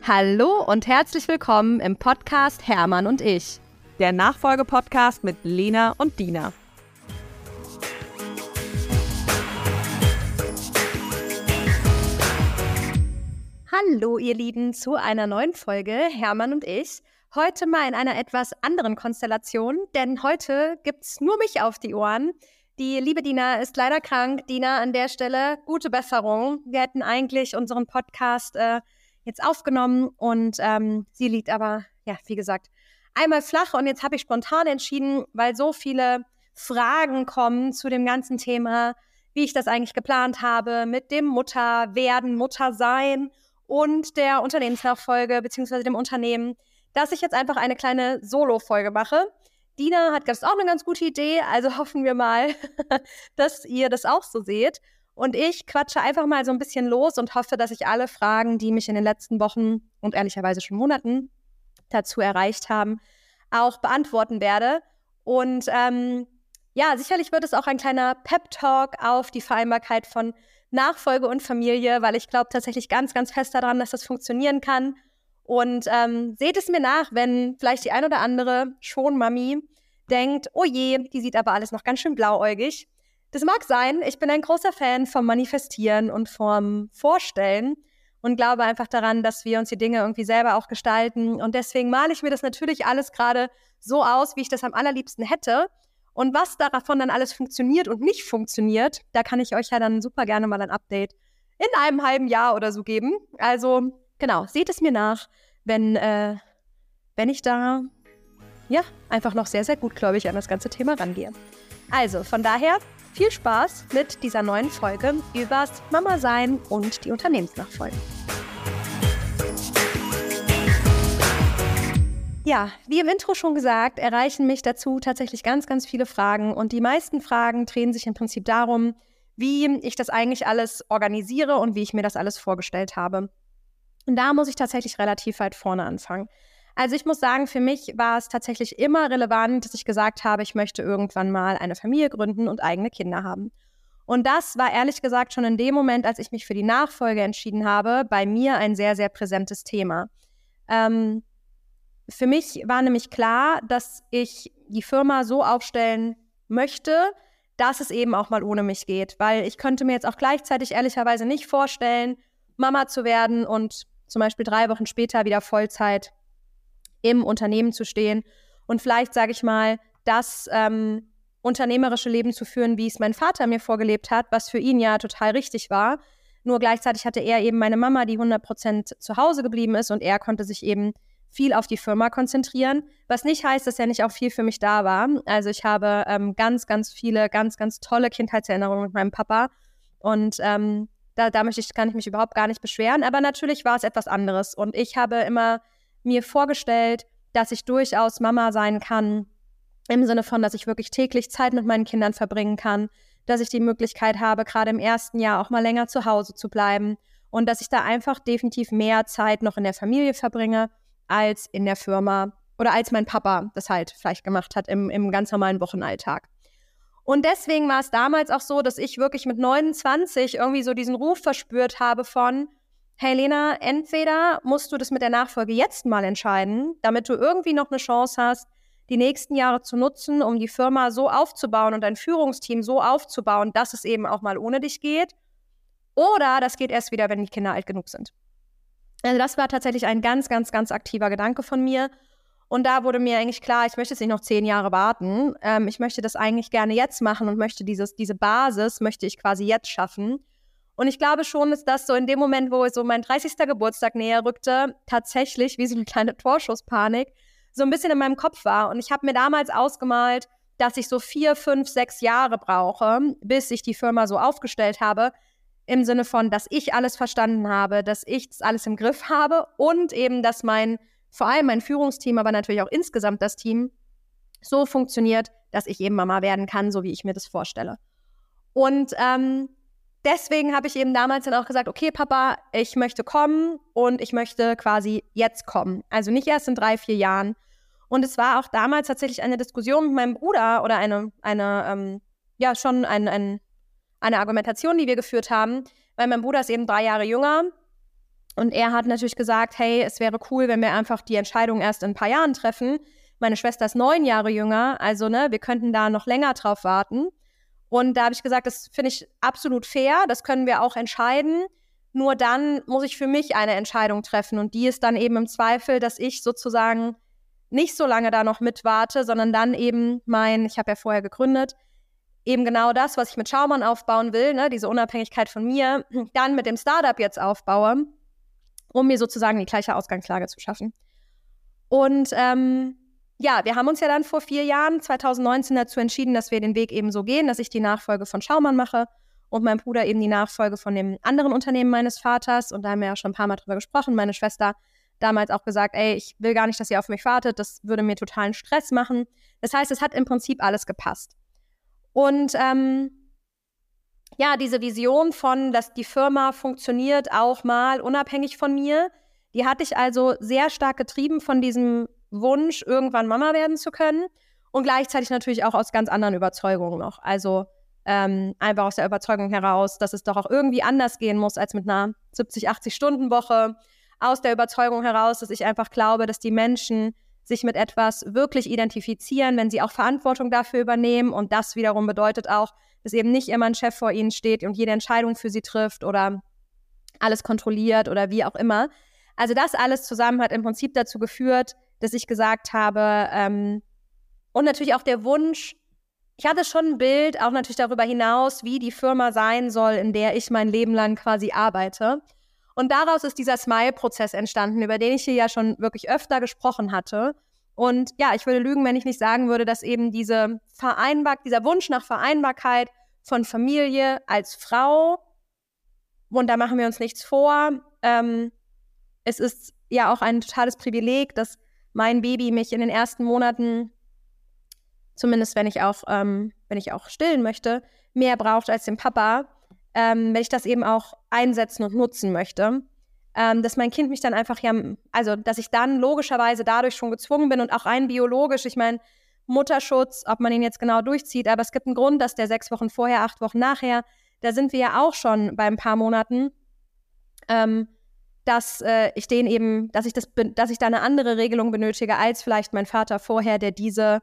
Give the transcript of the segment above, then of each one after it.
Hallo und herzlich willkommen im Podcast Hermann und ich. Der Nachfolge-Podcast mit Lena und Dina. Hallo ihr Lieben zu einer neuen Folge Hermann und ich. Heute mal in einer etwas anderen Konstellation, denn heute gibt's nur mich auf die Ohren. Die liebe Dina ist leider krank. Dina, an der Stelle gute Besserung. Wir hätten eigentlich unseren Podcast jetzt aufgenommen und sie liegt aber, ja, wie gesagt, einmal flach. Und jetzt habe ich spontan entschieden, weil so viele Fragen kommen zu dem ganzen Thema, wie ich das eigentlich geplant habe mit dem Mutterwerden, Muttersein und der Unternehmensnachfolge beziehungsweise dem Unternehmen, dass ich jetzt einfach eine kleine Solo-Folge mache. Dina hat das auch eine ganz gute Idee, also hoffen wir mal, dass ihr das auch so seht. Und ich quatsche einfach mal so ein bisschen los und hoffe, dass ich alle Fragen, die mich in den letzten Wochen und ehrlicherweise schon Monaten dazu erreicht haben, auch beantworten werde. Und ja, sicherlich wird es auch ein kleiner Pep-Talk auf die Vereinbarkeit von Nachfolge und Familie, weil ich glaube tatsächlich ganz, ganz fest daran, dass das funktionieren kann. Und seht es mir nach, wenn vielleicht die ein oder andere Schon-Mami denkt, oh je, die sieht aber alles noch ganz schön blauäugig. Das mag sein, ich bin ein großer Fan vom Manifestieren und vom Vorstellen und glaube einfach daran, dass wir uns die Dinge irgendwie selber auch gestalten. Und deswegen male ich mir das natürlich alles gerade so aus, wie ich das am allerliebsten hätte. Und was davon dann alles funktioniert und nicht funktioniert, da kann ich euch ja dann super gerne mal ein Update in einem halben Jahr oder so geben. Also genau, seht es mir nach, wenn ich da ja einfach noch sehr, sehr gut, glaube ich, an das ganze Thema rangehe. Also von daher viel Spaß mit dieser neuen Folge übers Mama-Sein und die Unternehmensnachfolge. Ja, wie im Intro schon gesagt, erreichen mich dazu tatsächlich ganz, ganz viele Fragen. Und die meisten Fragen drehen sich im Prinzip darum, wie ich das eigentlich alles organisiere und wie ich mir das alles vorgestellt habe. Und da muss ich tatsächlich relativ weit vorne anfangen. Also ich muss sagen, für mich war es tatsächlich immer relevant, dass ich gesagt habe, ich möchte irgendwann mal eine Familie gründen und eigene Kinder haben. Und das war ehrlich gesagt schon in dem Moment, als ich mich für die Nachfolge entschieden habe, bei mir ein sehr, sehr präsentes Thema. Für mich war nämlich klar, dass ich die Firma so aufstellen möchte, dass es eben auch mal ohne mich geht. Weil ich könnte mir jetzt auch gleichzeitig ehrlicherweise nicht vorstellen, Mama zu werden und zum Beispiel 3 Wochen später wieder Vollzeit im Unternehmen zu stehen und vielleicht, sage ich mal, das unternehmerische Leben zu führen, wie es mein Vater mir vorgelebt hat, was für ihn ja total richtig war. Nur gleichzeitig hatte er eben meine Mama, die 100% zu Hause geblieben ist und er konnte sich eben viel auf die Firma konzentrieren, was nicht heißt, dass er nicht auch viel für mich da war. Also ich habe ganz, ganz viele, ganz, ganz tolle Kindheitserinnerungen mit meinem Papa und kann ich mich überhaupt gar nicht beschweren, aber natürlich war es etwas anderes und ich habe immer mir vorgestellt, dass ich durchaus Mama sein kann, im Sinne von, dass ich wirklich täglich Zeit mit meinen Kindern verbringen kann, dass ich die Möglichkeit habe, gerade im ersten Jahr auch mal länger zu Hause zu bleiben und dass ich da einfach definitiv mehr Zeit noch in der Familie verbringe, als in der Firma oder als mein Papa das halt vielleicht gemacht hat im ganz normalen Wochenalltag. Und deswegen war es damals auch so, dass ich wirklich mit 29 irgendwie so diesen Ruf verspürt habe von, hey Lena, entweder musst du das mit der Nachfolge jetzt mal entscheiden, damit du irgendwie noch eine Chance hast, die nächsten Jahre zu nutzen, um die Firma so aufzubauen und dein Führungsteam so aufzubauen, dass es eben auch mal ohne dich geht. Oder das geht erst wieder, wenn die Kinder alt genug sind. Also das war tatsächlich ein ganz, ganz, ganz aktiver Gedanke von mir. Und da wurde mir eigentlich klar, ich möchte jetzt nicht noch 10 Jahre warten. Ich möchte das eigentlich gerne jetzt machen und möchte diese Basis möchte ich quasi jetzt schaffen. Und ich glaube schon, dass das so in dem Moment, wo so mein 30. Geburtstag näher rückte, tatsächlich wie so eine kleine Torschusspanik so ein bisschen in meinem Kopf war. Und ich habe mir damals ausgemalt, dass ich so 4, 5, 6 Jahre brauche, bis ich die Firma so aufgestellt habe, im Sinne von, dass ich alles verstanden habe, dass ich das alles im Griff habe und eben, dass vor allem mein Führungsteam, aber natürlich auch insgesamt das Team so funktioniert, dass ich eben Mama werden kann, so wie ich mir das vorstelle. Und deswegen habe ich eben damals dann auch gesagt, okay, Papa, ich möchte kommen und ich möchte quasi jetzt kommen. Also nicht erst in 3, 4 Jahren. Und es war auch damals tatsächlich eine Diskussion mit meinem Bruder oder eine Argumentation, die wir geführt haben, weil mein Bruder ist eben 3 Jahre jünger Und er hat natürlich gesagt, hey, es wäre cool, wenn wir einfach die Entscheidung erst in ein paar Jahren treffen. Meine Schwester ist 9 Jahre jünger, also wir könnten da noch länger drauf warten. Und da habe ich gesagt, das finde ich absolut fair, das können wir auch entscheiden. Nur dann muss ich für mich eine Entscheidung treffen. Und die ist dann eben im Zweifel, dass ich sozusagen nicht so lange da noch mitwarte, sondern dann eben ich habe ja vorher gegründet, eben genau das, was ich mit Schaumann aufbauen will, diese Unabhängigkeit von mir, dann mit dem Startup jetzt aufbaue, um mir sozusagen die gleiche Ausgangslage zu schaffen. Und wir haben uns ja dann vor 4 Jahren, 2019, dazu entschieden, dass wir den Weg eben so gehen, dass ich die Nachfolge von Schaumann mache und mein Bruder eben die Nachfolge von dem anderen Unternehmen meines Vaters. Und da haben wir ja schon ein paar Mal drüber gesprochen. Meine Schwester damals auch gesagt, ey, ich will gar nicht, dass ihr auf mich wartet, das würde mir totalen Stress machen. Das heißt, es hat im Prinzip alles gepasst. Und diese Vision von, dass die Firma funktioniert auch mal unabhängig von mir, die hatte ich also sehr stark getrieben von diesem Wunsch, irgendwann Mama werden zu können und gleichzeitig natürlich auch aus ganz anderen Überzeugungen noch. Also einfach aus der Überzeugung heraus, dass es doch auch irgendwie anders gehen muss als mit einer 70-, 80-Stunden-Woche. Aus der Überzeugung heraus, dass ich einfach glaube, dass die Menschen sich mit etwas wirklich identifizieren, wenn sie auch Verantwortung dafür übernehmen. Und das wiederum bedeutet auch, dass eben nicht immer ein Chef vor ihnen steht und jede Entscheidung für sie trifft oder alles kontrolliert oder wie auch immer. Also das alles zusammen hat im Prinzip dazu geführt, dass ich gesagt habe, und natürlich auch der Wunsch, ich hatte schon ein Bild, auch natürlich darüber hinaus, wie die Firma sein soll, in der ich mein Leben lang quasi arbeite. Und daraus ist dieser Smile-Prozess entstanden, über den ich hier ja schon wirklich öfter gesprochen hatte. Und ja, ich würde lügen, wenn ich nicht sagen würde, dass eben dieser Wunsch nach Vereinbarkeit von Familie als Frau, und da machen wir uns nichts vor, es ist ja auch ein totales Privileg, dass mein Baby mich in den ersten Monaten, zumindest wenn ich auch stillen möchte, mehr braucht als den Papa, wenn ich das eben auch einsetzen und nutzen möchte, dass mein Kind mich dann einfach dass ich dann logischerweise dadurch schon gezwungen bin und auch rein biologisch, ich meine, Mutterschutz, ob man ihn jetzt genau durchzieht, aber es gibt einen Grund, dass der 6 Wochen vorher, 8 Wochen nachher, da sind wir ja auch schon bei ein paar Monaten, dass ich da eine andere Regelung benötige als vielleicht mein Vater vorher, der diese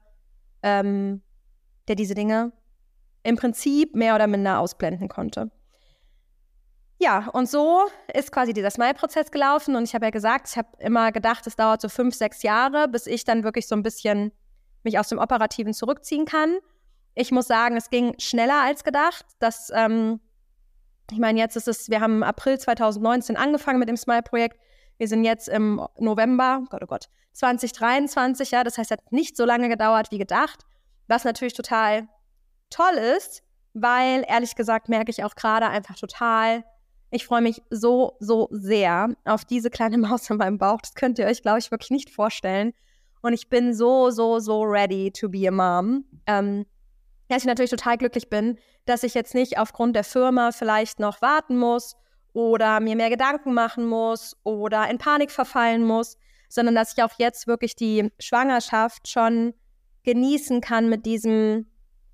Dinge im Prinzip mehr oder minder ausblenden konnte. Ja, und so ist quasi dieser Smile-Prozess gelaufen und ich habe ja gesagt, ich habe immer gedacht, es dauert so 5, 6 Jahre, bis ich dann wirklich so ein bisschen mich aus dem Operativen zurückziehen kann. Ich muss sagen, es ging schneller als gedacht. Ich meine, wir haben im April 2019 angefangen mit dem Smile-Projekt. Wir sind jetzt im November, oh Gott, 2023, ja, das heißt, es hat nicht so lange gedauert wie gedacht, was natürlich total toll ist, weil, ehrlich gesagt, merke ich auch gerade einfach total, ich freue mich so, so sehr auf diese kleine Maus in meinem Bauch. Das könnt ihr euch, glaube ich, wirklich nicht vorstellen. Und ich bin so, so, so ready to be a mom. Dass ich natürlich total glücklich bin, dass ich jetzt nicht aufgrund der Firma vielleicht noch warten muss oder mir mehr Gedanken machen muss oder in Panik verfallen muss, sondern dass ich auch jetzt wirklich die Schwangerschaft schon genießen kann mit diesen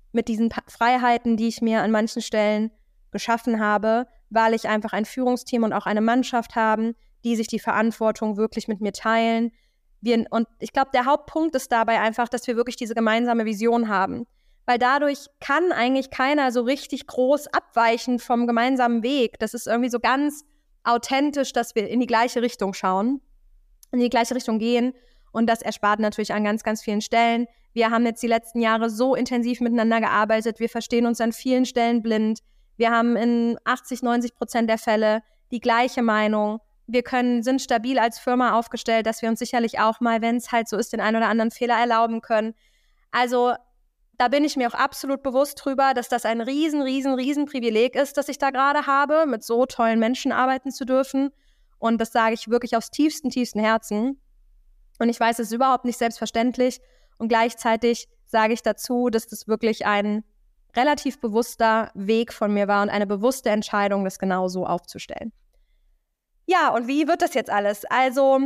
Freiheiten, die ich mir an manchen Stellen geschaffen habe, weil ich einfach ein Führungsteam und auch eine Mannschaft habe, die sich die Verantwortung wirklich mit mir teilen. Und ich glaube, der Hauptpunkt ist dabei einfach, dass wir wirklich diese gemeinsame Vision haben. Weil dadurch kann eigentlich keiner so richtig groß abweichen vom gemeinsamen Weg. Das ist irgendwie so ganz authentisch, dass wir in die gleiche Richtung schauen, in die gleiche Richtung gehen. Und das erspart natürlich an ganz, ganz vielen Stellen. Wir haben jetzt die letzten Jahre so intensiv miteinander gearbeitet. Wir verstehen uns an vielen Stellen blind. Wir haben in 80-90% der Fälle die gleiche Meinung. Wir sind stabil als Firma aufgestellt, dass wir uns sicherlich auch mal, wenn es halt so ist, den einen oder anderen Fehler erlauben können. Also da bin ich mir auch absolut bewusst drüber, dass das ein riesen Privileg ist, das ich da gerade habe, mit so tollen Menschen arbeiten zu dürfen. Und das sage ich wirklich aus tiefstem Herzen. Und ich weiß, es ist überhaupt nicht selbstverständlich. Und gleichzeitig sage ich dazu, dass das wirklich ein relativ bewusster Weg von mir war und eine bewusste Entscheidung, das genau so aufzustellen. Ja, und wie wird das jetzt alles? Also,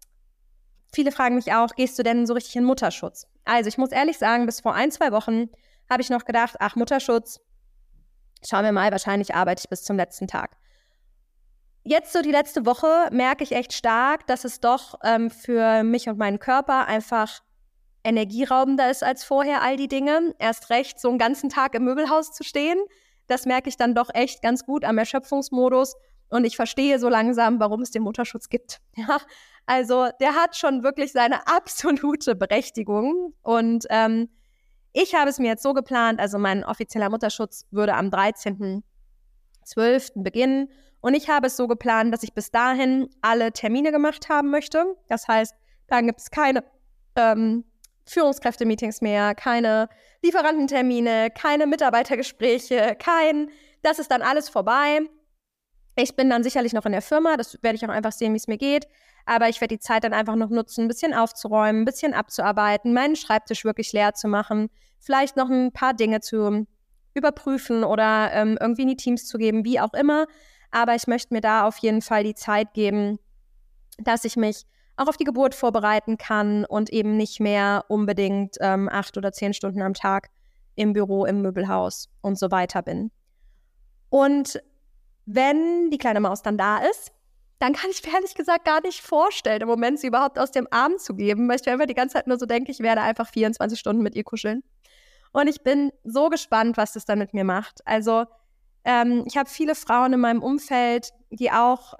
viele fragen mich auch, gehst du denn so richtig in Mutterschutz? Also, ich muss ehrlich sagen, bis vor 1, 2 Wochen habe ich noch gedacht, ach, Mutterschutz, schauen wir mal, wahrscheinlich arbeite ich bis zum letzten Tag. Jetzt so die letzte Woche merke ich echt stark, dass es doch für mich und meinen Körper einfach energieraubender ist als vorher, all die Dinge. Erst recht, so einen ganzen Tag im Möbelhaus zu stehen, das merke ich dann doch echt ganz gut am Erschöpfungsmodus. Und ich verstehe so langsam, warum es den Mutterschutz gibt. Ja, also der hat schon wirklich seine absolute Berechtigung. Und ich habe es mir jetzt so geplant, also mein offizieller Mutterschutz würde am 13.12. beginnen. Und ich habe es so geplant, dass ich bis dahin alle Termine gemacht haben möchte. Das heißt, dann gibt es keine Führungskräfte-Meetings mehr, keine Lieferantentermine, keine Mitarbeitergespräche, das ist dann alles vorbei. Ich bin dann sicherlich noch in der Firma, das werde ich auch einfach sehen, wie es mir geht. Aber ich werde die Zeit dann einfach noch nutzen, ein bisschen aufzuräumen, ein bisschen abzuarbeiten, meinen Schreibtisch wirklich leer zu machen, vielleicht noch ein paar Dinge zu überprüfen oder irgendwie in die Teams zu geben, wie auch immer. Aber ich möchte mir da auf jeden Fall die Zeit geben, dass ich mich auch auf die Geburt vorbereiten kann und eben nicht mehr unbedingt 8 oder 10 Stunden am Tag im Büro, im Möbelhaus und so weiter bin. Und wenn die kleine Maus dann da ist, dann kann ich mir ehrlich gesagt gar nicht vorstellen, im Moment sie überhaupt aus dem Arm zu geben, weil ich mir einfach die ganze Zeit nur so denke, ich werde einfach 24 Stunden mit ihr kuscheln. Und ich bin so gespannt, was das dann mit mir macht. Also ich habe viele Frauen in meinem Umfeld, die auch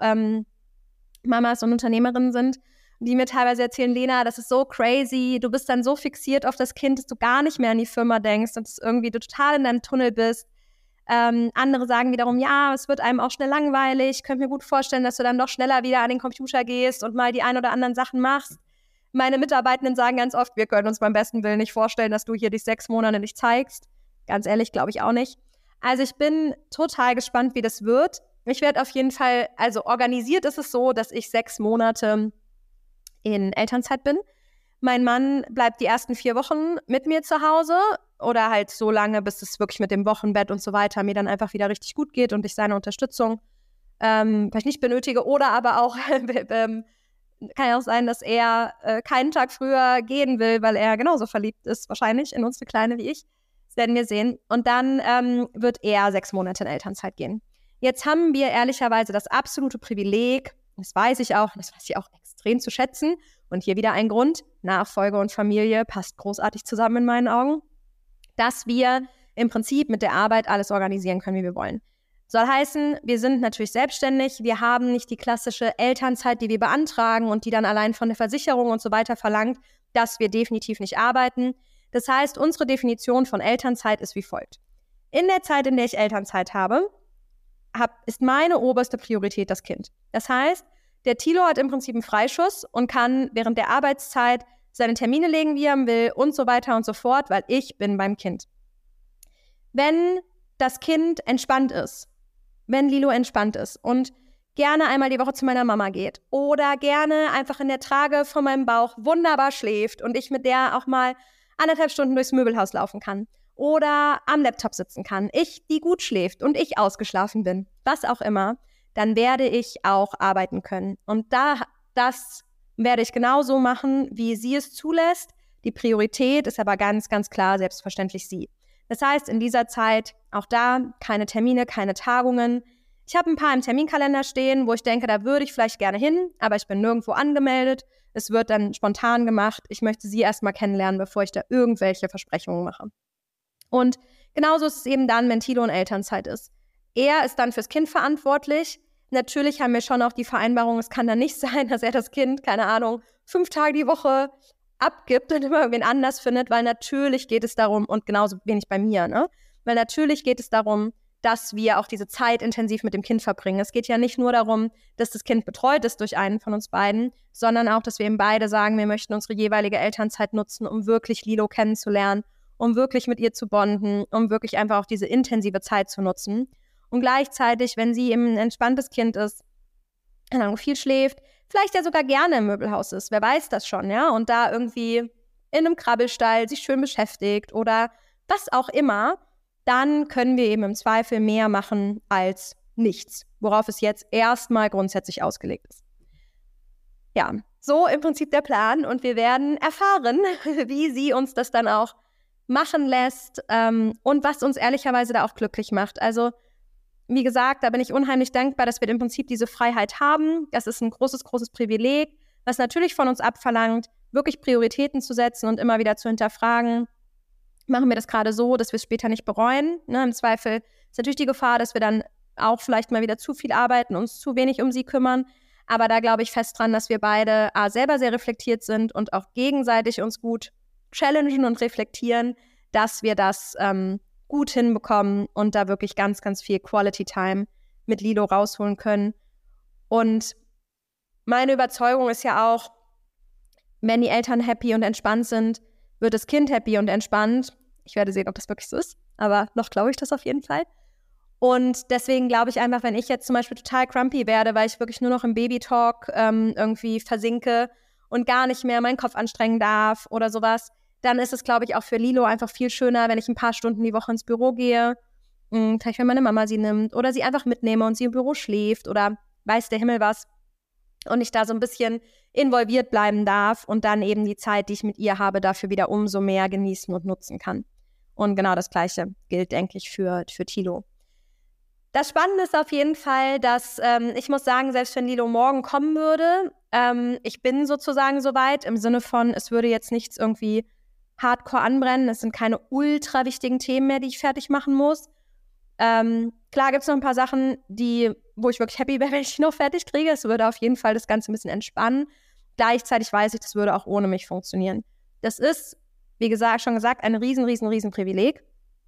Mamas und Unternehmerinnen sind, die mir teilweise erzählen, Lena, das ist so crazy, du bist dann so fixiert auf das Kind, dass du gar nicht mehr an die Firma denkst und dass irgendwie du total in deinem Tunnel bist. Andere sagen wiederum, ja, es wird einem auch schnell langweilig. Ich könnte mir gut vorstellen, dass du dann doch schneller wieder an den Computer gehst und mal die ein oder anderen Sachen machst. Meine Mitarbeitenden sagen ganz oft, wir können uns beim besten Willen nicht vorstellen, dass du hier dich 6 Monate nicht zeigst. Ganz ehrlich, glaube ich auch nicht. Also ich bin total gespannt, wie das wird. Ich werde auf jeden Fall, also organisiert ist es so, dass ich 6 Monate in Elternzeit bin. Mein Mann bleibt die ersten 4 Wochen mit mir zu Hause oder halt so lange, bis es wirklich mit dem Wochenbett und so weiter mir dann einfach wieder richtig gut geht und ich seine Unterstützung vielleicht nicht benötige. Oder aber auch, kann ja auch sein, dass er keinen Tag früher gehen will, weil er genauso verliebt ist wahrscheinlich in unsere Kleine wie ich. Das werden wir sehen. Und dann wird er 6 Monate in Elternzeit gehen. Jetzt haben wir ehrlicherweise das absolute Privileg, das weiß ich auch, das weiß ich auch extrem zu schätzen. Und hier wieder ein Grund, Nachfolge und Familie passt großartig zusammen in meinen Augen, dass wir im Prinzip mit der Arbeit alles organisieren können, wie wir wollen. Soll heißen, wir sind natürlich selbstständig, wir haben nicht die klassische Elternzeit, die wir beantragen und die dann allein von der Versicherung und so weiter verlangt, dass wir definitiv nicht arbeiten. Das heißt, unsere Definition von Elternzeit ist wie folgt. In der Zeit, in der ich Elternzeit habe, ist meine oberste Priorität das Kind. Das heißt, der Thilo hat im Prinzip einen Freischuss und kann während der Arbeitszeit seine Termine legen, wie er will und so weiter und so fort, weil ich bin beim Kind. Wenn das Kind entspannt ist, wenn Lilo entspannt ist und gerne einmal die Woche zu meiner Mama geht oder gerne einfach in der Trage von meinem Bauch wunderbar schläft und ich mit der auch mal 1,5 Stunden durchs Möbelhaus laufen kann oder am Laptop sitzen kann, die gut schläft und ich ausgeschlafen bin, was auch immer, dann werde ich auch arbeiten können. Und das werde ich genauso machen, wie sie es zulässt. Die Priorität ist aber ganz, ganz klar selbstverständlich sie. Das heißt, in dieser Zeit auch da keine Termine, keine Tagungen. Ich habe ein paar im Terminkalender stehen, wo ich denke, da würde ich vielleicht gerne hin, aber ich bin nirgendwo angemeldet. Es wird dann spontan gemacht. Ich möchte sie erstmal kennenlernen, bevor ich da irgendwelche Versprechungen mache. Und genauso ist es eben dann, wenn Thilo in Elternzeit ist. Er ist dann fürs Kind verantwortlich. Natürlich haben wir schon auch die Vereinbarung, es kann dann nicht sein, dass er das Kind, keine Ahnung, 5 Tage die Woche abgibt und immer wen anders findet, weil natürlich geht es darum, und genauso wenig bei mir, ne? Weil natürlich geht es darum, dass wir auch diese Zeit intensiv mit dem Kind verbringen. Es geht ja nicht nur darum, dass das Kind betreut ist durch einen von uns beiden, sondern auch, dass wir eben beide sagen, wir möchten unsere jeweilige Elternzeit nutzen, um wirklich Lilo kennenzulernen, um wirklich mit ihr zu bonden, um wirklich einfach auch diese intensive Zeit zu nutzen. Und gleichzeitig, wenn sie eben ein entspanntes Kind ist, viel schläft, vielleicht ja sogar gerne im Möbelhaus ist, wer weiß das schon, ja, und da irgendwie in einem Krabbelstall sich schön beschäftigt oder was auch immer, dann können wir eben im Zweifel mehr machen als nichts, worauf es jetzt erstmal grundsätzlich ausgelegt ist. Ja, so im Prinzip der Plan und wir werden erfahren, wie sie uns das dann auch machen lässt und was uns ehrlicherweise da auch glücklich macht. Also wie gesagt, da bin ich unheimlich dankbar, dass wir im Prinzip diese Freiheit haben. Das ist ein großes, großes Privileg, was natürlich von uns abverlangt, wirklich Prioritäten zu setzen und immer wieder zu hinterfragen, machen wir das gerade so, dass wir es später nicht bereuen. Ne? Im Zweifel ist natürlich die Gefahr, dass wir dann auch vielleicht mal wieder zu viel arbeiten, uns zu wenig um sie kümmern. Aber da glaube ich fest dran, dass wir beide selber sehr reflektiert sind und auch gegenseitig uns gut challengen und reflektieren, dass wir das gut hinbekommen und da wirklich ganz, ganz viel Quality Time mit Lilo rausholen können. Und meine Überzeugung ist ja auch, wenn die Eltern happy und entspannt sind, wird das Kind happy und entspannt. Ich werde sehen, ob das wirklich so ist, aber noch glaube ich das auf jeden Fall. Und deswegen glaube ich einfach, wenn ich jetzt zum Beispiel total crumpy werde, weil ich wirklich nur noch im Baby-Talk irgendwie versinke und gar nicht mehr meinen Kopf anstrengen darf oder sowas, dann ist es, glaube ich, auch für Lilo einfach viel schöner, wenn ich ein paar Stunden die Woche ins Büro gehe, vielleicht wenn meine Mama sie nimmt oder sie einfach mitnehme und sie im Büro schläft oder weiß der Himmel was und ich da so ein bisschen involviert bleiben darf und dann eben die Zeit, die ich mit ihr habe, dafür wieder umso mehr genießen und nutzen kann. Und genau das Gleiche gilt, denke ich, für Tilo. Das Spannende ist auf jeden Fall, dass ich muss sagen, selbst wenn Lilo morgen kommen würde, ich bin sozusagen soweit, im Sinne von, es würde jetzt nichts irgendwie hardcore anbrennen, es sind keine ultra wichtigen Themen mehr, die ich fertig machen muss. Klar gibt es noch ein paar Sachen, wo ich wirklich happy wäre, wenn ich die noch fertig kriege. Es würde auf jeden Fall das Ganze ein bisschen entspannen. Gleichzeitig weiß ich, das würde auch ohne mich funktionieren. Das ist, wie gesagt, ein riesen Privileg.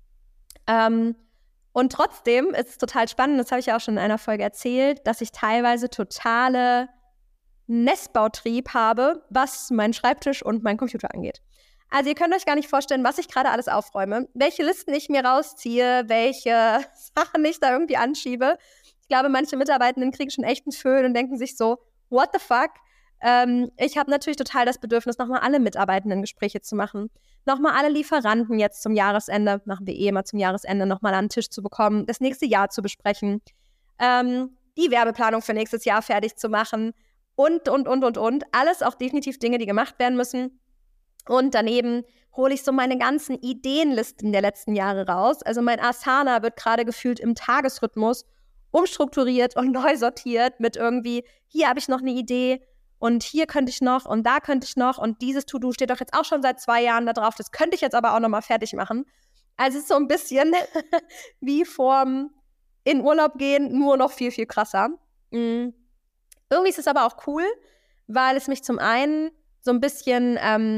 Und trotzdem ist es total spannend, das habe ich ja auch schon in einer Folge erzählt, dass ich teilweise totale Nestbautrieb habe, was meinen Schreibtisch und meinen Computer angeht. Also ihr könnt euch gar nicht vorstellen, was ich gerade alles aufräume, welche Listen ich mir rausziehe, welche Sachen ich da irgendwie anschiebe. Ich glaube, manche Mitarbeitenden kriegen schon echt einen Föhn und denken sich so, what the fuck? Ich habe natürlich total das Bedürfnis, nochmal alle Mitarbeitenden Gespräche zu machen. Nochmal alle Lieferanten jetzt zum Jahresende, machen wir immer zum Jahresende, nochmal an den Tisch zu bekommen, das nächste Jahr zu besprechen, die Werbeplanung für nächstes Jahr fertig zu machen und. Alles auch definitiv Dinge, die gemacht werden müssen. Und daneben hole ich so meine ganzen Ideenlisten der letzten Jahre raus. Also mein Asana wird gerade gefühlt im Tagesrhythmus umstrukturiert und neu sortiert mit irgendwie, hier habe ich noch eine Idee und hier könnte ich noch und da könnte ich noch und dieses To-Do steht doch jetzt auch schon seit 2 Jahren da drauf, das könnte ich jetzt aber auch noch mal fertig machen. Also es ist so ein bisschen wie vorm in Urlaub gehen, nur noch viel, viel krasser. Irgendwie ist es aber auch cool, weil es mich zum einen so ein bisschen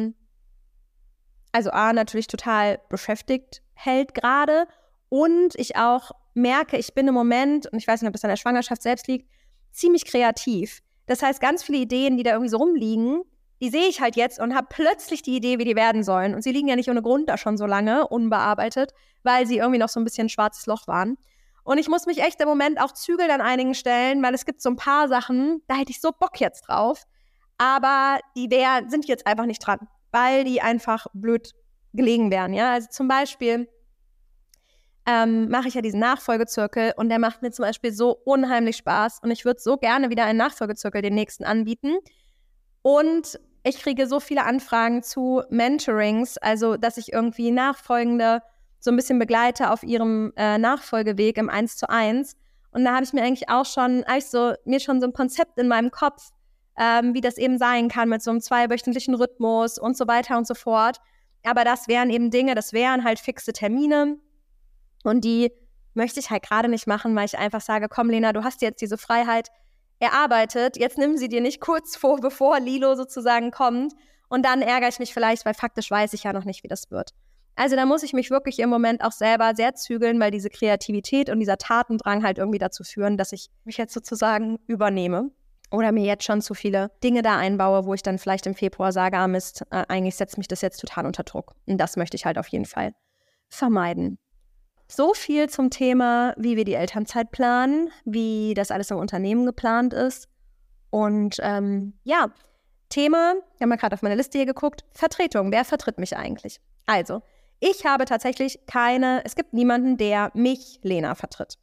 also natürlich total beschäftigt hält gerade und ich auch merke, ich bin im Moment, und ich weiß nicht, ob das an der Schwangerschaft selbst liegt, ziemlich kreativ. Das heißt, ganz viele Ideen, die da irgendwie so rumliegen, die sehe ich halt jetzt und habe plötzlich die Idee, wie die werden sollen. Und sie liegen ja nicht ohne Grund da schon so lange, unbearbeitet, weil sie irgendwie noch so ein bisschen ein schwarzes Loch waren. Und ich muss mich echt im Moment auch zügeln an einigen Stellen, weil es gibt so ein paar Sachen, da hätte ich so Bock jetzt drauf, aber die sind jetzt einfach nicht dran, weil die einfach blöd gelegen wären, ja. Also zum Beispiel mache ich ja diesen Nachfolgezirkel und der macht mir zum Beispiel so unheimlich Spaß und ich würde so gerne wieder einen Nachfolgezirkel den nächsten anbieten und ich kriege so viele Anfragen zu Mentorings, also dass ich irgendwie Nachfolgende so ein bisschen begleite auf ihrem Nachfolgeweg im 1:1 und da habe ich mir eigentlich auch schon, mir schon so ein Konzept in meinem Kopf, wie das eben sein kann mit so einem 2-wöchentlichen Rhythmus und so weiter und so fort. Aber das wären eben Dinge, das wären halt fixe Termine und die möchte ich halt gerade nicht machen, weil ich einfach sage, komm Lena, du hast jetzt diese Freiheit erarbeitet, jetzt nimm sie dir nicht kurz vor, bevor Lilo sozusagen kommt und dann ärgere ich mich vielleicht, weil faktisch weiß ich ja noch nicht, wie das wird. Also da muss ich mich wirklich im Moment auch selber sehr zügeln, weil diese Kreativität und dieser Tatendrang halt irgendwie dazu führen, dass ich mich jetzt sozusagen übernehme. Oder mir jetzt schon zu viele Dinge da einbaue, wo ich dann vielleicht im Februar sage, Mist, eigentlich setzt mich das jetzt total unter Druck. Und das möchte ich halt auf jeden Fall vermeiden. So viel zum Thema, wie wir die Elternzeit planen, wie das alles im Unternehmen geplant ist. Und Thema, wir haben ja gerade auf meine Liste hier geguckt, Vertretung. Wer vertritt mich eigentlich? Also, ich habe tatsächlich es gibt niemanden, der mich, Lena, vertritt.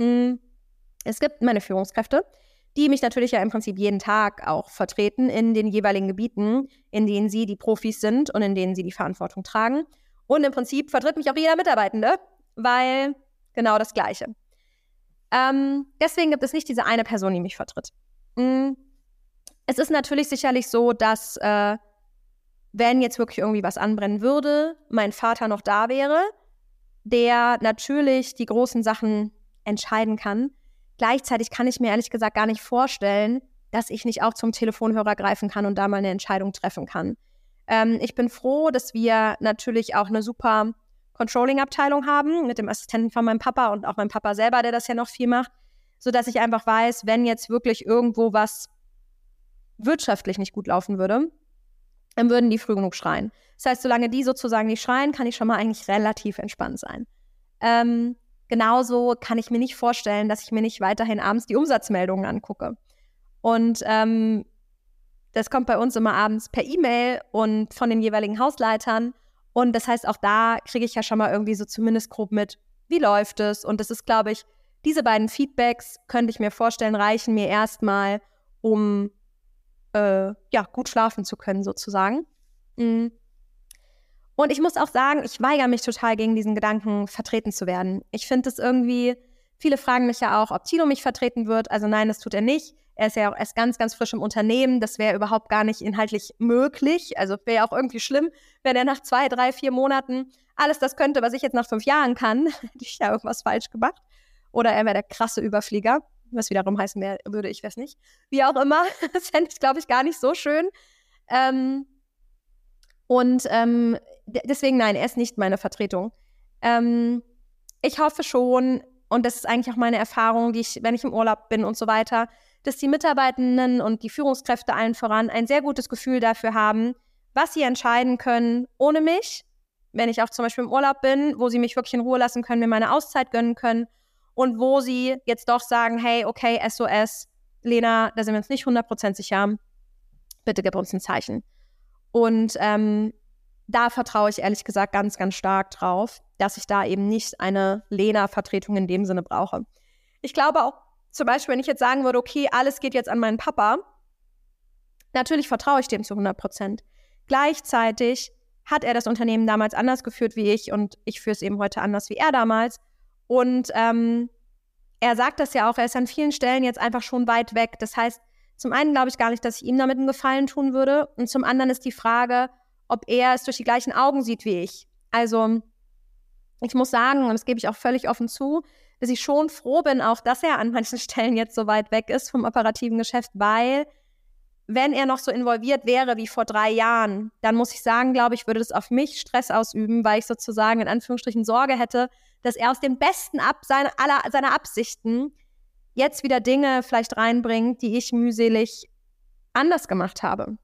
Es gibt meine Führungskräfte, die mich natürlich ja im Prinzip jeden Tag auch vertreten in den jeweiligen Gebieten, in denen sie die Profis sind und in denen sie die Verantwortung tragen. Und im Prinzip vertritt mich auch jeder Mitarbeitende, weil genau das Gleiche. Deswegen gibt es nicht diese eine Person, die mich vertritt. Es ist natürlich sicherlich so, dass wenn jetzt wirklich irgendwie was anbrennen würde, mein Vater noch da wäre, der natürlich die großen Sachen entscheiden kann. Gleichzeitig kann ich mir ehrlich gesagt gar nicht vorstellen, dass ich nicht auch zum Telefonhörer greifen kann und da mal eine Entscheidung treffen kann. Ich bin froh, dass wir natürlich auch eine super Controlling-Abteilung haben mit dem Assistenten von meinem Papa und auch meinem Papa selber, der das ja noch viel macht, sodass ich einfach weiß, wenn jetzt wirklich irgendwo was wirtschaftlich nicht gut laufen würde, dann würden die früh genug schreien. Das heißt, solange die sozusagen nicht schreien, kann ich schon mal eigentlich relativ entspannt sein. Genauso kann ich mir nicht vorstellen, dass ich mir nicht weiterhin abends die Umsatzmeldungen angucke. Und das kommt bei uns immer abends per E-Mail und von den jeweiligen Hausleitern. Und das heißt, auch da kriege ich ja schon mal irgendwie so zumindest grob mit, wie läuft es? Und das ist, glaube ich, diese beiden Feedbacks, könnte ich mir vorstellen, reichen mir erstmal, um gut schlafen zu können sozusagen. Und ich muss auch sagen, ich weigere mich total gegen diesen Gedanken, vertreten zu werden. Ich finde es irgendwie, viele fragen mich ja auch, ob Tilo mich vertreten wird. Also nein, das tut er nicht. Er ist ja auch erst ganz, ganz frisch im Unternehmen. Das wäre überhaupt gar nicht inhaltlich möglich. Also wäre ja auch irgendwie schlimm, wenn er nach 2, 3, 4 Monaten alles das könnte, was ich jetzt nach 5 Jahren kann. Hätte ich ja irgendwas falsch gemacht. Oder er wäre der krasse Überflieger. Was wiederum heißen würde, ich weiß nicht. Wie auch immer. Das fände ich, glaube ich, gar nicht so schön. Deswegen nein, er ist nicht meine Vertretung. Ich hoffe schon, und das ist eigentlich auch meine Erfahrung, die ich, wenn ich im Urlaub bin und so weiter, dass die Mitarbeitenden und die Führungskräfte allen voran ein sehr gutes Gefühl dafür haben, was sie entscheiden können ohne mich, wenn ich auch zum Beispiel im Urlaub bin, wo sie mich wirklich in Ruhe lassen können, mir meine Auszeit gönnen können und wo sie jetzt doch sagen, hey, okay, SOS, Lena, da sind wir uns nicht 100% sicher, bitte gib uns ein Zeichen. Und da vertraue ich ehrlich gesagt ganz, ganz stark drauf, dass ich da eben nicht eine Lena-Vertretung in dem Sinne brauche. Ich glaube auch, zum Beispiel, wenn ich jetzt sagen würde, okay, alles geht jetzt an meinen Papa, natürlich vertraue ich dem zu 100%. Gleichzeitig hat er das Unternehmen damals anders geführt wie ich und ich führe es eben heute anders wie er damals. Und er sagt das ja auch, er ist an vielen Stellen jetzt einfach schon weit weg. Das heißt, zum einen glaube ich gar nicht, dass ich ihm damit einen Gefallen tun würde und zum anderen ist die Frage, ob er es durch die gleichen Augen sieht wie ich. Also ich muss sagen, und das gebe ich auch völlig offen zu, dass ich schon froh bin, auch dass er an manchen Stellen jetzt so weit weg ist vom operativen Geschäft, weil wenn er noch so involviert wäre wie vor 3 Jahren, dann muss ich sagen, glaube ich, würde das auf mich Stress ausüben, weil ich sozusagen in Anführungsstrichen Sorge hätte, dass er aus dem besten seiner Absichten jetzt wieder Dinge vielleicht reinbringt, die ich mühselig anders gemacht habe.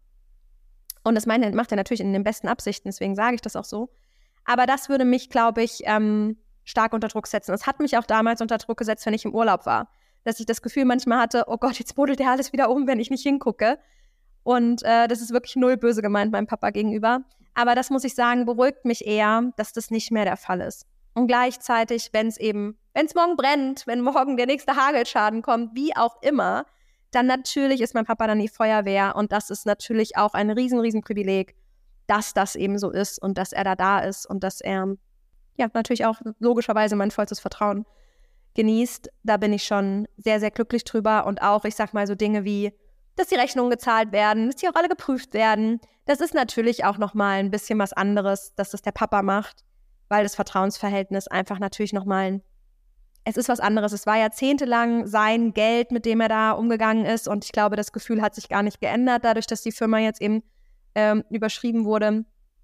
Und das macht er natürlich in den besten Absichten, deswegen sage ich das auch so. Aber das würde mich, glaube ich, stark unter Druck setzen. Es hat mich auch damals unter Druck gesetzt, wenn ich im Urlaub war. Dass ich das Gefühl manchmal hatte, oh Gott, jetzt buddelt der alles wieder um, wenn ich nicht hingucke. Und das ist wirklich null böse gemeint meinem Papa gegenüber. Aber das, muss ich sagen, beruhigt mich eher, dass das nicht mehr der Fall ist. Und gleichzeitig, wenn es morgen brennt, wenn morgen der nächste Hagelschaden kommt, wie auch immer, dann natürlich ist mein Papa dann die Feuerwehr. Und das ist natürlich auch ein riesen Privileg, dass das eben so ist und dass er da ist und dass er natürlich auch logischerweise mein vollstes Vertrauen genießt. Da bin ich schon sehr, sehr glücklich drüber. Und auch, ich sag mal, so Dinge wie, dass die Rechnungen gezahlt werden, dass die auch alle geprüft werden. Das ist natürlich auch nochmal ein bisschen was anderes, dass das der Papa macht, weil das Vertrauensverhältnis einfach natürlich nochmal es ist was anderes. Es war jahrzehntelang sein Geld, mit dem er da umgegangen ist. Und ich glaube, das Gefühl hat sich gar nicht geändert, dadurch, dass die Firma jetzt eben überschrieben wurde.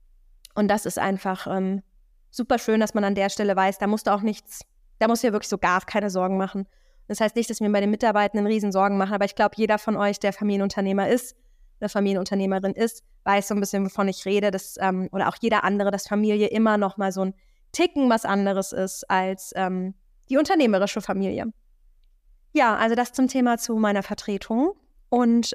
Und das ist einfach super schön, dass man an der Stelle weiß, da musst du ja wirklich so gar keine Sorgen machen. Das heißt nicht, dass wir bei den Mitarbeitenden riesen Sorgen machen, aber ich glaube, jeder von euch, der Familienunternehmer ist, eine Familienunternehmerin ist, weiß so ein bisschen, wovon ich rede, oder auch jeder andere, dass Familie immer noch mal so ein Ticken was anderes ist als die unternehmerische Familie. Ja, also das zum Thema zu meiner Vertretung. Und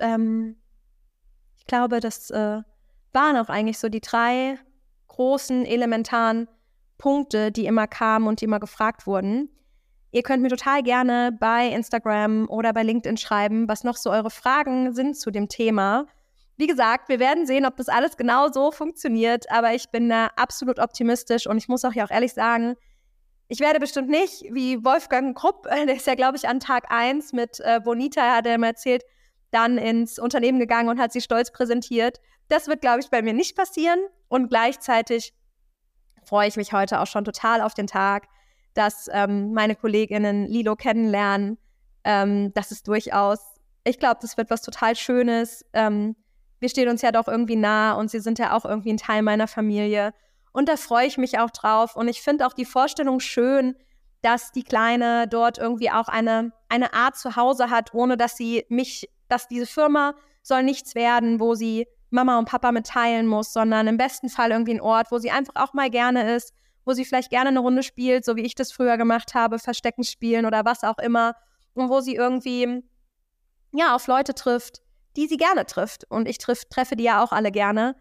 ich glaube, das waren auch eigentlich so die 3 großen, elementaren Punkte, die immer kamen und die immer gefragt wurden. Ihr könnt mir total gerne bei Instagram oder bei LinkedIn schreiben, was noch so eure Fragen sind zu dem Thema. Wie gesagt, wir werden sehen, ob das alles genau so funktioniert, aber ich bin da absolut optimistisch und ich muss auch ehrlich sagen, Ich werde bestimmt nicht wie Wolfgang Krupp, der ist ja, glaube ich, an Tag 1 mit Bonita, hat er immer erzählt, dann ins Unternehmen gegangen und hat sie stolz präsentiert. Das wird, glaube ich, bei mir nicht passieren. Und gleichzeitig freue ich mich heute auch schon total auf den Tag, dass meine KollegInnen Lilo kennenlernen. Das ist durchaus, ich glaube, das wird was total Schönes. Wir stehen uns ja doch irgendwie nah und sie sind ja auch irgendwie ein Teil meiner Familie. Und da freue ich mich auch drauf. Und ich finde auch die Vorstellung schön, dass die Kleine dort irgendwie auch eine Art Zuhause hat, ohne dass dass diese Firma soll nichts werden, wo sie Mama und Papa mitteilen muss, sondern im besten Fall irgendwie ein Ort, wo sie einfach auch mal gerne ist, wo sie vielleicht gerne eine Runde spielt, so wie ich das früher gemacht habe, Verstecken spielen oder was auch immer. Und wo sie irgendwie, ja, auf Leute trifft, die sie gerne trifft. Und ich treffe die ja auch alle gerne.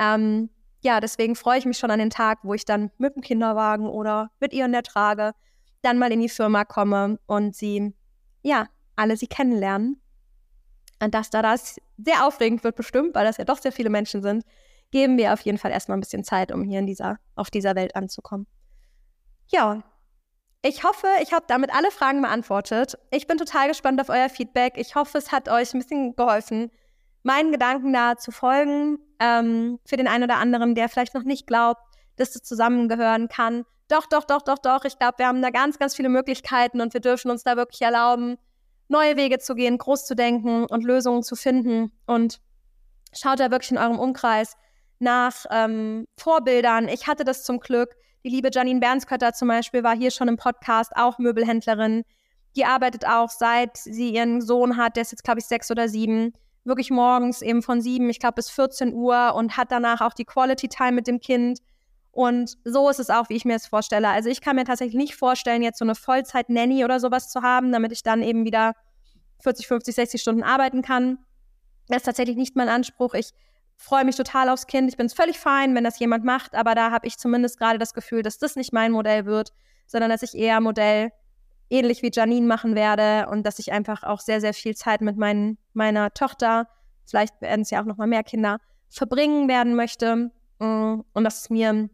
Ja, deswegen freue ich mich schon an den Tag, wo ich dann mit dem Kinderwagen oder mit ihr in der Trage dann mal in die Firma komme und sie, ja, alle sie kennenlernen. Und dass das sehr aufregend wird bestimmt, weil das ja doch sehr viele Menschen sind, geben wir auf jeden Fall erstmal ein bisschen Zeit, um hier auf dieser Welt anzukommen. Ja, ich hoffe, ich habe damit alle Fragen beantwortet. Ich bin total gespannt auf euer Feedback. Ich hoffe, es hat euch ein bisschen geholfen, meinen Gedanken da zu folgen. Für den einen oder anderen, der vielleicht noch nicht glaubt, dass es zusammengehören kann. Doch. Ich glaube, wir haben da ganz, ganz viele Möglichkeiten und wir dürfen uns da wirklich erlauben, neue Wege zu gehen, groß zu denken und Lösungen zu finden. Und schaut da wirklich in eurem Umkreis nach Vorbildern. Ich hatte das zum Glück. Die liebe Janine Bernskötter zum Beispiel war hier schon im Podcast, auch Möbelhändlerin. Die arbeitet auch, seit sie ihren Sohn hat, der ist jetzt, glaube ich, 6 oder 7, wirklich morgens eben von 7, ich glaube, bis 14 Uhr und hat danach auch die Quality Time mit dem Kind. Und so ist es auch, wie ich mir es vorstelle. Also ich kann mir tatsächlich nicht vorstellen, jetzt so eine Vollzeit-Nanny oder sowas zu haben, damit ich dann eben wieder 40, 50, 60 Stunden arbeiten kann. Das ist tatsächlich nicht mein Anspruch. Ich freue mich total aufs Kind. Ich bin es völlig fein, wenn das jemand macht, aber da habe ich zumindest gerade das Gefühl, dass das nicht mein Modell wird, sondern dass ich eher Modell ähnlich wie Janine machen werde und dass ich einfach auch sehr, sehr viel Zeit mit meiner Tochter, vielleicht werden es ja auch noch mal mehr Kinder, verbringen werden möchte. Und das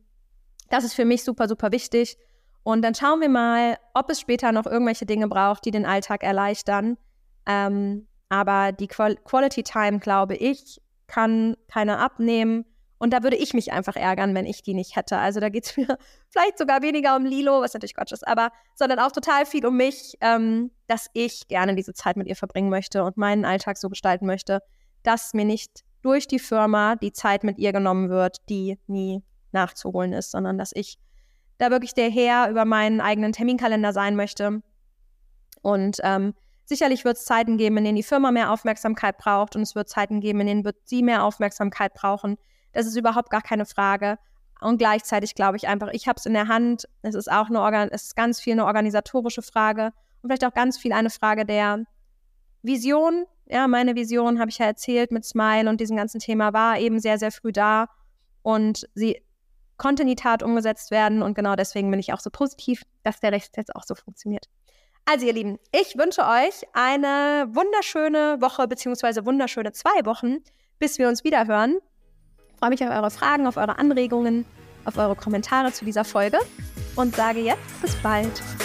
ist für mich super, super wichtig. Und dann schauen wir mal, ob es später noch irgendwelche Dinge braucht, die den Alltag erleichtern. Aber die Quality Time, glaube ich, kann keiner abnehmen. Und da würde ich mich einfach ärgern, wenn ich die nicht hätte. Also da geht es mir vielleicht sogar weniger um Lilo, was natürlich Quatsch ist, sondern auch total viel um mich, dass ich gerne diese Zeit mit ihr verbringen möchte und meinen Alltag so gestalten möchte, dass mir nicht durch die Firma die Zeit mit ihr genommen wird, die nie nachzuholen ist, sondern dass ich da wirklich der Herr über meinen eigenen Terminkalender sein möchte. Und sicherlich wird es Zeiten geben, in denen die Firma mehr Aufmerksamkeit braucht und es wird Zeiten geben, in denen wird sie mehr Aufmerksamkeit brauchen. Das ist überhaupt gar keine Frage. Und gleichzeitig glaube ich einfach, ich habe es in der Hand. Es ist ganz viel eine organisatorische Frage und vielleicht auch ganz viel eine Frage der Vision. Ja, meine Vision, habe ich ja erzählt, mit Smile und diesem ganzen Thema war eben sehr, sehr früh da und sie konnte in die Tat umgesetzt werden und genau deswegen bin ich auch so positiv, dass der Rest jetzt auch so funktioniert. Also ihr Lieben, ich wünsche euch eine wunderschöne Woche bzw. wunderschöne 2 Wochen, bis wir uns wieder hören. Ich freue mich auf eure Fragen, auf eure Anregungen, auf eure Kommentare zu dieser Folge und sage jetzt bis bald.